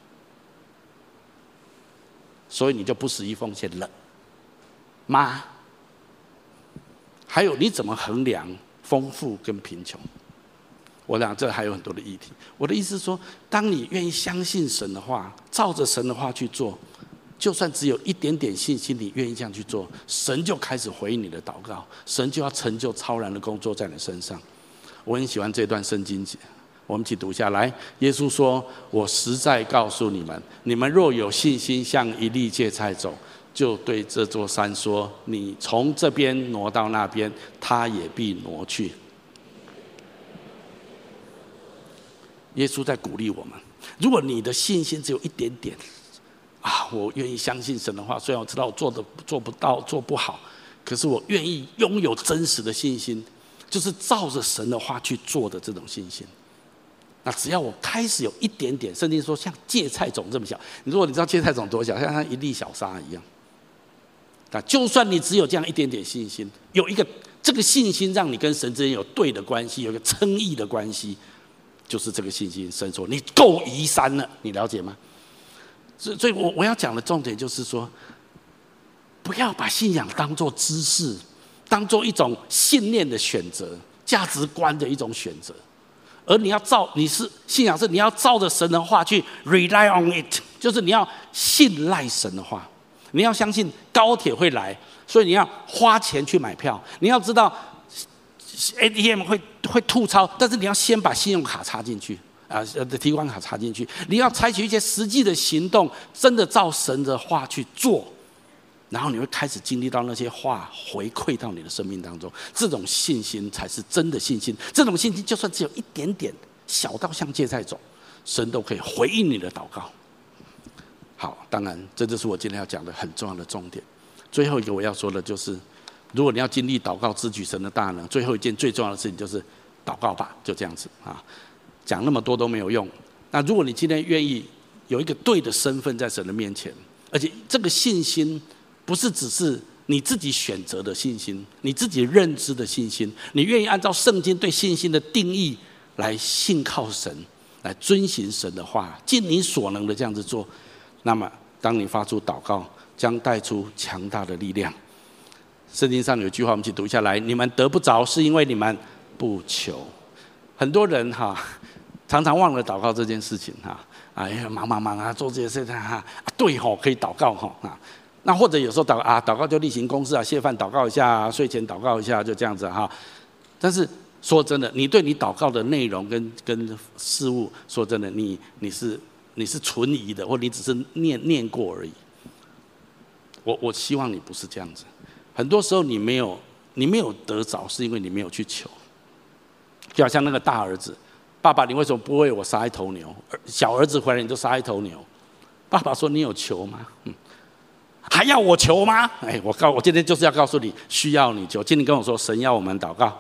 所以你就不十一奉献了吗？还有你怎么衡量丰富跟贫穷？我想这还有很多的议题。我的意思是说，当你愿意相信神的话，照着神的话去做，就算只有一点点信心，你愿意这样去做，神就开始回应你的祷告，神就要成就超然的工作在你身上。我很喜欢这段圣经节，我们一起读下来。耶稣说：“我实在告诉你们，你们若有信心，像一粒芥菜种，就对这座山说：你从这边挪到那边，它也必挪去。”耶稣在鼓励我们，如果你的信心只有一点点啊，我愿意相信神的话，虽然我知道我做的做不到，做不好，可是我愿意拥有真实的信心，就是照着神的话去做的这种信心。 那只要我开始有一点点，圣经说像芥菜种这么小，如果你知道芥菜种多小，像它一粒小沙一样。那就算你只有这样一点点信心，有一个这个信心让你跟神之间有对的关系，有一个称义的关系，就是这个信心。神说你够移山了，你了解吗？所以，所以我我要讲的重点就是说，不要把信仰当作知识，当作一种信念的选择、价值观的一种选择。而你要照，你是信仰是你要照着神的话去 rely on it， 就是你要信赖神的话，你要相信高铁会来，所以你要花钱去买票。你要知道 A T M 会会吐钞，但是你要先把信用卡插进去啊，提款卡插进去。你要采取一些实际的行动，真的照神的话去做。然后你会开始经历到那些话回馈到你的生命当中，这种信心才是真的信心。这种信心就算只有一点点，小到像芥菜种，神都可以回应你的祷告。好，当然这就是我今天要讲的很重要的重点。最后一个我要说的就是，如果你要经历祷告支取神的大能，最后一件最重要的事情就是祷告吧，就这样子啊。讲那么多都没有用。那如果你今天愿意有一个对的身份在神的面前，而且这个信心不是只是你自己选择的信心，你自己认知的信心，你愿意按照圣经对信心的定义来信靠神，来遵行神的话，尽你所能的这样子做，那么当你发出祷告，将带出强大的力量。圣经上有一句话，我们一起读下来：你们得不着，是因为你们不求。很多人哈，常常忘了祷告这件事情哈。哎呀，忙忙忙啊，做这些事情哈，对吼，可以祷告哈啊。那或者有时候祷啊，祷告就例行公事啊，谢饭祷告一下，睡前祷告一下，就这样子哈。但是说真的，你对你祷告的内容跟跟事物，说真的，你你是你是存疑的，或你只是念念过而已。我我希望你不是这样子。很多时候你没有你没有得着，是因为你没有去求。就好像那个大儿子，爸爸，你为什么不为我杀一头牛？小儿子回来你就杀一头牛。爸爸说：“你有求吗？嗯，还要我求吗？”哎，我告我今天就是要告诉你，需要你求。今天跟我说，神要我们祷告。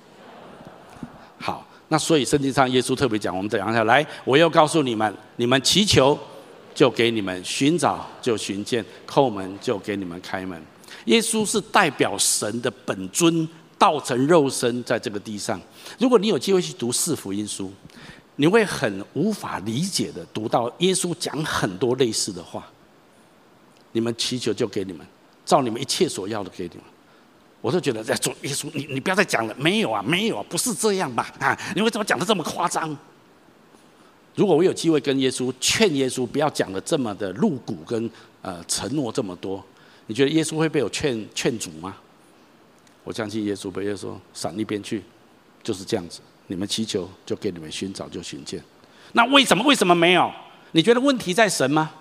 好，那所以圣经上耶稣特别讲，我们讲下来，我又告诉你们，你们祈求就给你们，寻找就寻见，叩门就给你们开门。耶稣是代表神的本尊，道成肉身在这个地上。如果你有机会去读四福音书，你会很无法理解的读到耶稣讲很多类似的话。你们祈求就给你们，照你们一切所要的给你们。我就觉得在做耶稣，你你不要再讲了，没有啊，没有啊，不是这样吧？啊，你为什么讲得这么夸张？如果我有机会跟耶稣劝耶稣不要讲得这么的露骨跟呃承诺这么多，你觉得耶稣会被我劝劝阻吗？我相信耶稣不会说闪一边去，就是这样子。你们祈求就给你们，寻找就寻见。那为什么为什么没有？你觉得问题在神吗？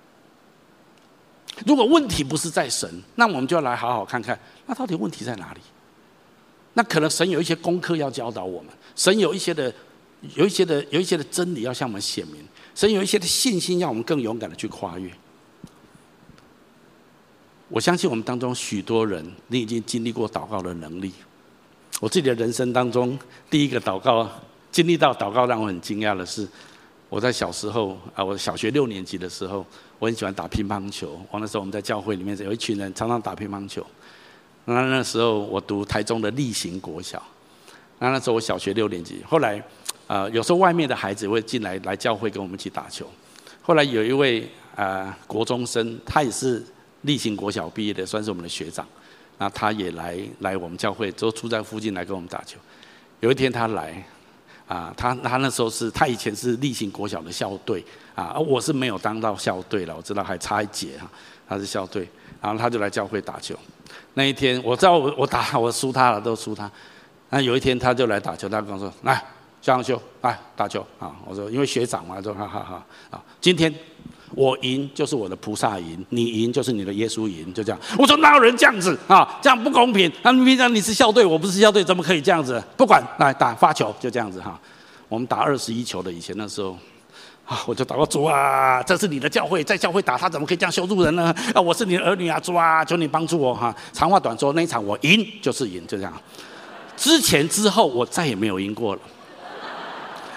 如果问题不是在神，那我们就要来好好看看，那到底问题在哪里？那可能神有一些功课要教导我们，神有一些的、有一些的、有一些的真理要向我们显明，神有一些的信心要我们更勇敢的去跨越。我相信我们当中许多人，你已经经历过祷告的能力。我自己的人生当中，第一个祷告经历到祷告让我很惊讶的是，我在小时候啊，我小学六年级的时候，我很喜欢打乒乓球。我那时候我们在教会里面有一群人常常打乒乓球。那那时候我读台中的立行国小，那那时候我小学六年级。后来呃，有时候外面的孩子会进来来教会跟我们一起打球。后来有一位呃国中生，他也是立行国小毕业的，算是我们的学长。那他也来来我们教会，都住在附近来跟我们打球。有一天他来，啊，他他那时候是他以前是立行国小的校队啊，我是没有当到校队了，我知道还差一届哈，他是校队，然后他就来教会打球。那一天我知道我我打我输他了，都输他。那有一天他就来打球，他跟我说：“来，肖阳修，来打球啊！”我说：“因为学长嘛，说哈哈哈啊，今天。”我赢就是我的菩萨赢，你赢就是你的耶稣赢，就这样。我说哪有人这样子啊？这样不公平。那平常你是校队，我不是校队，怎么可以这样子？不管，来打发球，就这样子哈。我们打二十一球的，以前那时候，啊，我就祷告主啊，这是你的教会，在教会打他怎么可以这样羞辱人呢？啊，我是你的儿女啊，主啊，求你帮助我哈。长话短说，那一场我赢就是赢，就这样。之前之后我再也没有赢过了。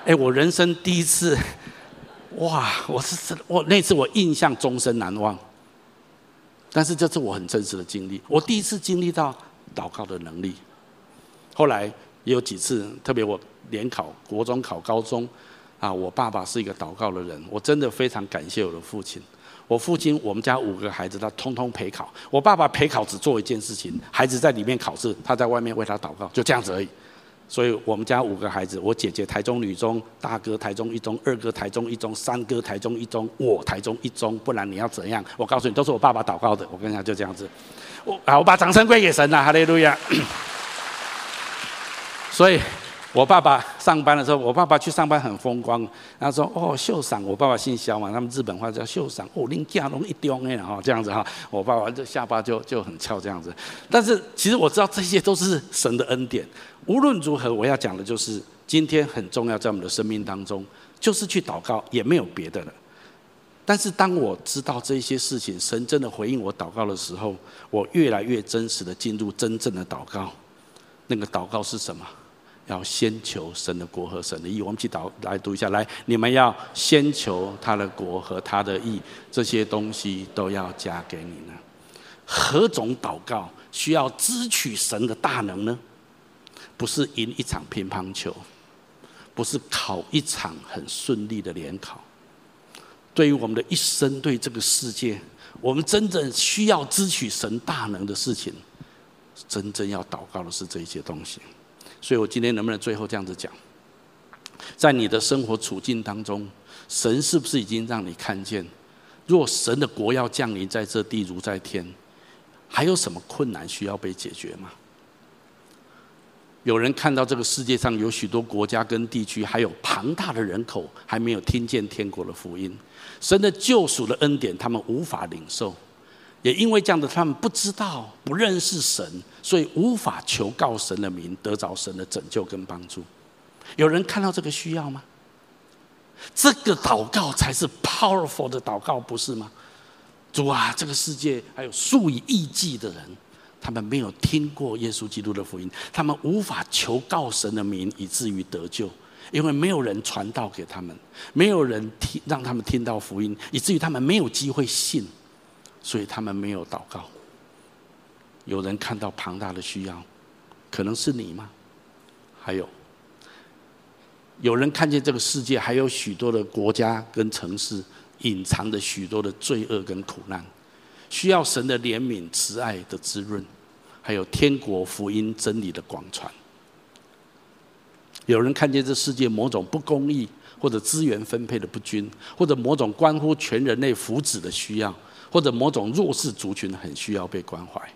哎，我人生第一次，哇！我是我那次我印象终身难忘。但是这是我很真实的经历，我第一次经历到祷告的能力。后来也有几次，特别我联考、国中考高中，啊，我爸爸是一个祷告的人，我真的非常感谢我的父亲。我父亲，我们家五个孩子，他通通陪考。我爸爸陪考只做一件事情，孩子在里面考试，他在外面为他祷告，就这样子而已。所以我们家五个孩子，我姐姐台中女中，大哥台中一中，二哥台中一中，三哥台中一中，我台中一中，不然你要怎样？我告诉你，都是我爸爸祷告的。我跟你讲，就这样子。我好，我把掌声归给神了，哈利路亚。所以，我爸爸上班的时候，我爸爸去上班很风光。他说：“哦，秀赏，我爸爸姓萧嘛，他们日本话叫秀赏。哦，恁家拢一中哎，哈，这样子哈。我爸爸这下巴就就很翘这样子。但是其实我知道这些都是神的恩典。无论如何，我要讲的就是今天很重要，在我们的生命当中，就是去祷告，也没有别的了。但是当我知道这些事情，神真的回应我祷告的时候，我越来越真实的进入真正的祷告。那个祷告是什么？要先求神的国和神的义。我们一起祷来读一下，来，你们要先求他的国和他的义，这些东西都要加给你呢。何种祷告需要支取神的大能呢？不是赢一场乒乓球，不是考一场很顺利的联考。对于我们的一生，对这个世界，我们真正需要支取神大能的事情，真正要祷告的是这一些东西。所以我今天能不能最后这样子讲，在你的生活处境当中，神是不是已经让你看见，若神的国要降临在这地如在天，还有什么困难需要被解决吗？有人看到这个世界上有许多国家跟地区，还有庞大的人口还没有听见天国的福音，神的救赎的恩典他们无法领受，也因为这样的他们不知道不认识神，所以无法求告神的名，得着神的拯救跟帮助。有人看到这个需要吗？这个祷告才是 powerful 的祷告，不是吗？主啊，这个世界还有数以亿计的人，他们没有听过耶稣基督的福音，他们无法求告神的名，以至于得救，因为没有人传道给他们，没有人听让他们听到福音，以至于他们没有机会信，所以他们没有祷告。有人看到庞大的需要，可能是你吗？还有，有人看见这个世界还有许多的国家跟城市隐藏着许多的罪恶跟苦难，需要神的怜悯、慈爱的滋润，还有天国福音真理的广传。有人看见这世界某种不公义，或者资源分配的不均，或者某种关乎全人类福祉的需要，或者某种弱势族群很需要被关怀。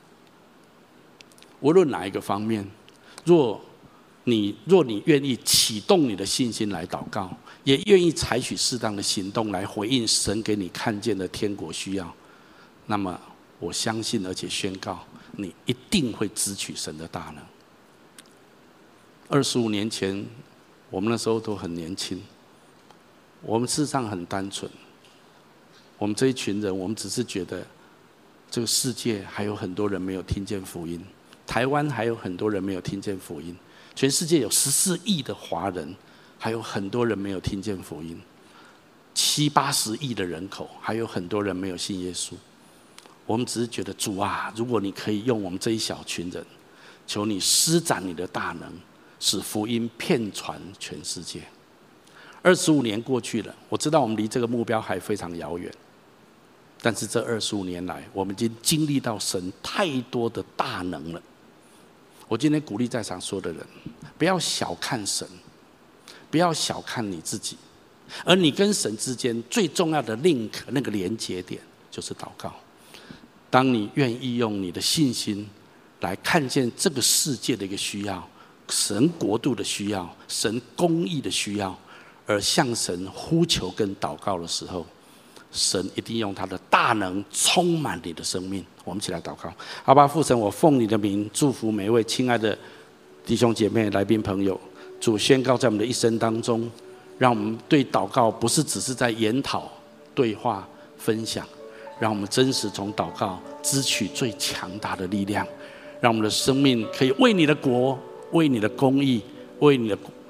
无论哪一个方面，若你若你愿意启动你的信心来祷告，也愿意采取适当的行动来回应神给你看见的天国需要，那么我相信而且宣告，你一定会支取神的大能。二十五年前，我们那时候都很年轻，我们事实上很单纯。我们这一群人，我们只是觉得这个世界还有很多人没有听见福音，台湾还有很多人没有听见福音，全世界有十四亿的华人，还有很多人没有听见福音，七八十亿的人口，还有很多人没有信耶稣。我们只是觉得，主啊，如果你可以用我们这一小群人，求你施展你的大能，使福音遍传全世界。二十五年过去了，我知道我们离这个目标还非常遥远，但是这二十五年来，我们已经经历到神太多的大能了。我今天鼓励在场所有的人，不要小看神，不要小看你自己，而你跟神之间最重要的 link 那个连接点就是祷告。当你愿意用你的信心来看见这个世界的一个需要，神国度的需要，神公义的需要，而向神呼求跟祷告的时候，神一定用他的大能充满你的生命。我们一起来祷告。好吧，父神，我奉你的名祝福每一位亲爱的弟兄姐妹、来宾朋友。主宣告在我们的一生当中，让我们对祷告不是只是在研讨、对话、分享，让我们真实从祷告支取最强大的力量，让我们的生命可以为你的国、为你的公义、为你的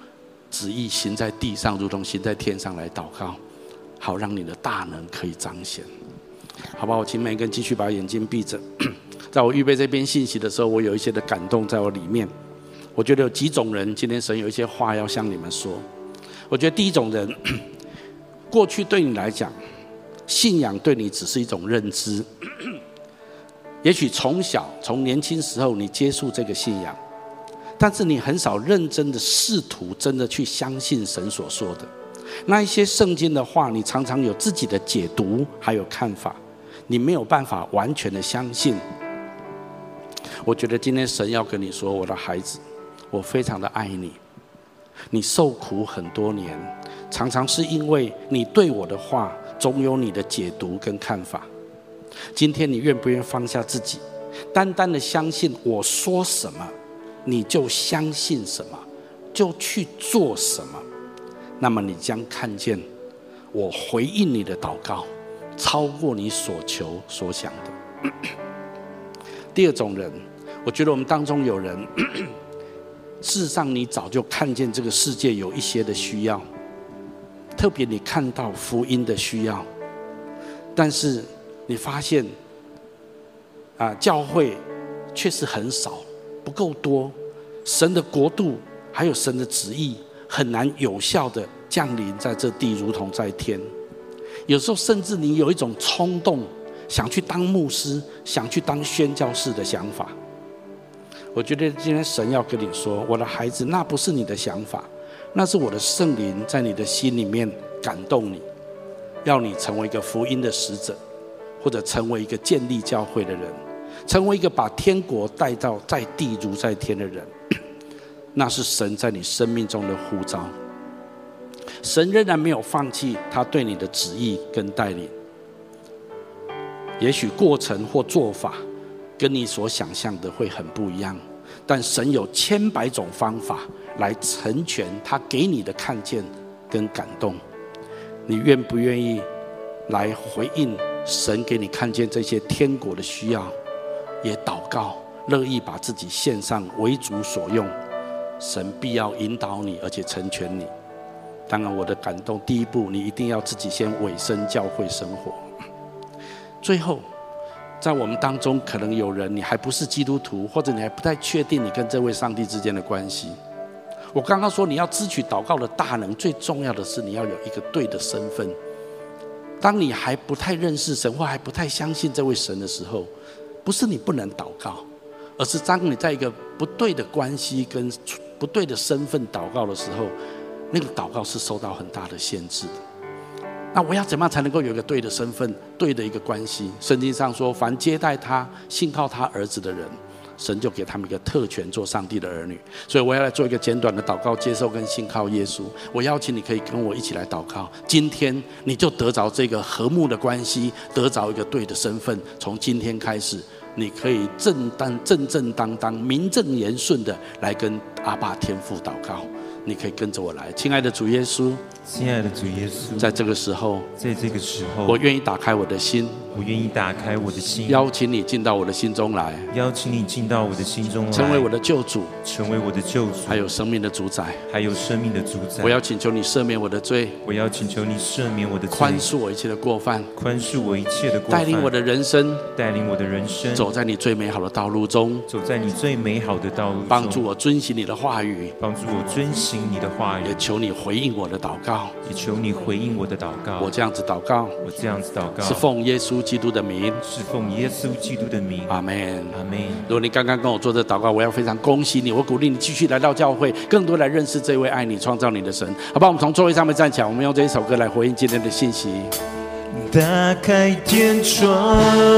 旨意行在地上，如同行在天上来祷告，好让你的大能可以彰显。好不好？我请每个人继续把眼睛闭着。在我预备这篇信息的时候，我有一些的感动在我里面。我觉得有几种人，今天神有一些话要向你们说。我觉得第一种人，过去对你来讲，信仰对你只是一种认知。也许从小从年轻时候你接触这个信仰，但是你很少认真的试图真的去相信神所说的那一些圣经的话，你常常有自己的解读还有看法，你没有办法完全的相信。我觉得今天神要跟你说，我的孩子，我非常的爱你，你受苦很多年，常常是因为你对我的话总有你的解读跟看法。今天你愿不愿意放下自己，单单的相信我说什么你就相信什么，就去做什么，那么你将看见我回应你的祷告超过你所求所想的。第二种人，我觉得我们当中有人事实上你早就看见这个世界有一些的需要，特别你看到福音的需要，但是你发现啊，教会确实很少，不够多，神的国度还有神的旨意很难有效的降临在这地，如同在天。有时候甚至你有一种冲动，想去当牧师，想去当宣教士的想法。我觉得今天神要跟你说，我的孩子，那不是你的想法，那是我的圣灵在你的心里面感动你，要你成为一个福音的使者，或者成为一个建立教会的人，成为一个把天国带到在地如在天的人。那是神在你生命中的呼召。神仍然没有放弃他对你的旨意跟带领，也许过程或做法跟你所想象的会很不一样，但神有千百种方法来成全他给你的看见跟感动。你愿不愿意来回应神给你看见这些天国的需要，也祷告乐意把自己献上为主所用，神必要引导你而且成全你。当然我的感动，第一步你一定要自己先委身教会生活。最后在我们当中可能有人你还不是基督徒，或者你还不太确定你跟这位上帝之间的关系。我刚刚说你要支取祷告的大能，最重要的是你要有一个对的身份。当你还不太认识神，或还不太相信这位神的时候，不是你不能祷告，而是当你在一个不对的关系跟不对的身份祷告的时候，那个祷告是受到很大的限制的。那我要怎么样才能够有一个对的身份，对的一个关系？圣经上说，凡接待他信靠他儿子的人，神就给他们一个特权，做上帝的儿女。所以我要来做一个简短的祷告，接受跟信靠耶稣。我邀请你可以跟我一起来祷告，今天你就得着这个和睦的关系，得着一个对的身份。从今天开始，你可以正当正正当当名正言顺的来跟阿爸天父祷告。你可以跟着我来。亲爱的主耶稣， 亲爱的主耶稣， 在这个时候， 在这个时候， 我愿意打开我的心， 我愿意打开我的心， 邀请你进到我的心中来， 邀请你进到我的心中来， 成为我的救主， 成为我的救主， 还有生命的主宰， 还有生命的主宰。 我要请求你赦免我的罪， 我要请求你赦免我的罪， 宽恕我一切的过犯， 宽恕我一切的过犯， 带领我的人生， 带领我的人生， 走在你最美好的道路中， 走在你最美好的道路中， 帮助我遵行你的话语， 帮助我遵行你的话语， 也求你回应我的祷告， 也求你回应我的祷告。 我这样子祷告， 我这样子祷告， 是奉耶稣基督的名， 是奉耶稣基督的名。 阿们， 阿们。 如果你刚刚跟我做这祷告，我要非常恭喜你，我鼓励你继续来到教会，更多来认识这位爱你、创造你的神。好吧，我们从座位上面站起来，我们用这一首歌来回应今天的信息。 打开天窗，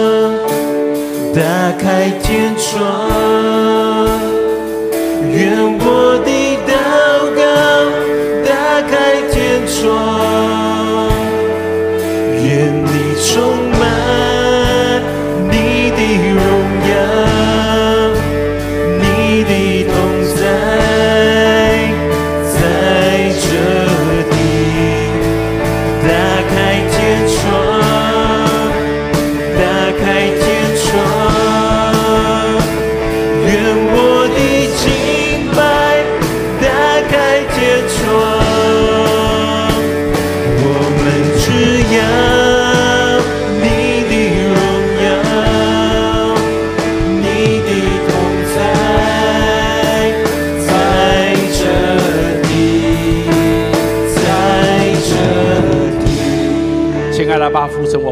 打开天窗，愿我的祷告打开天窗，愿你充满你的荣耀，你的同在在这里。打开天窗，打开天窗，愿我的敬拜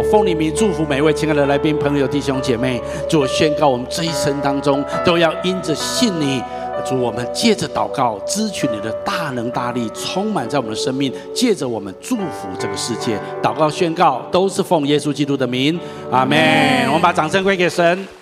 奉你名祝福每一位亲爱的来宾、朋友、弟兄姐妹。主，我宣告我们这一生当中都要因着信你。主，我们借着祷告支取你的大能大力，充满在我们的生命，借着我们祝福这个世界。祷告宣告都是奉耶稣基督的名，阿们。我们把掌声归给神。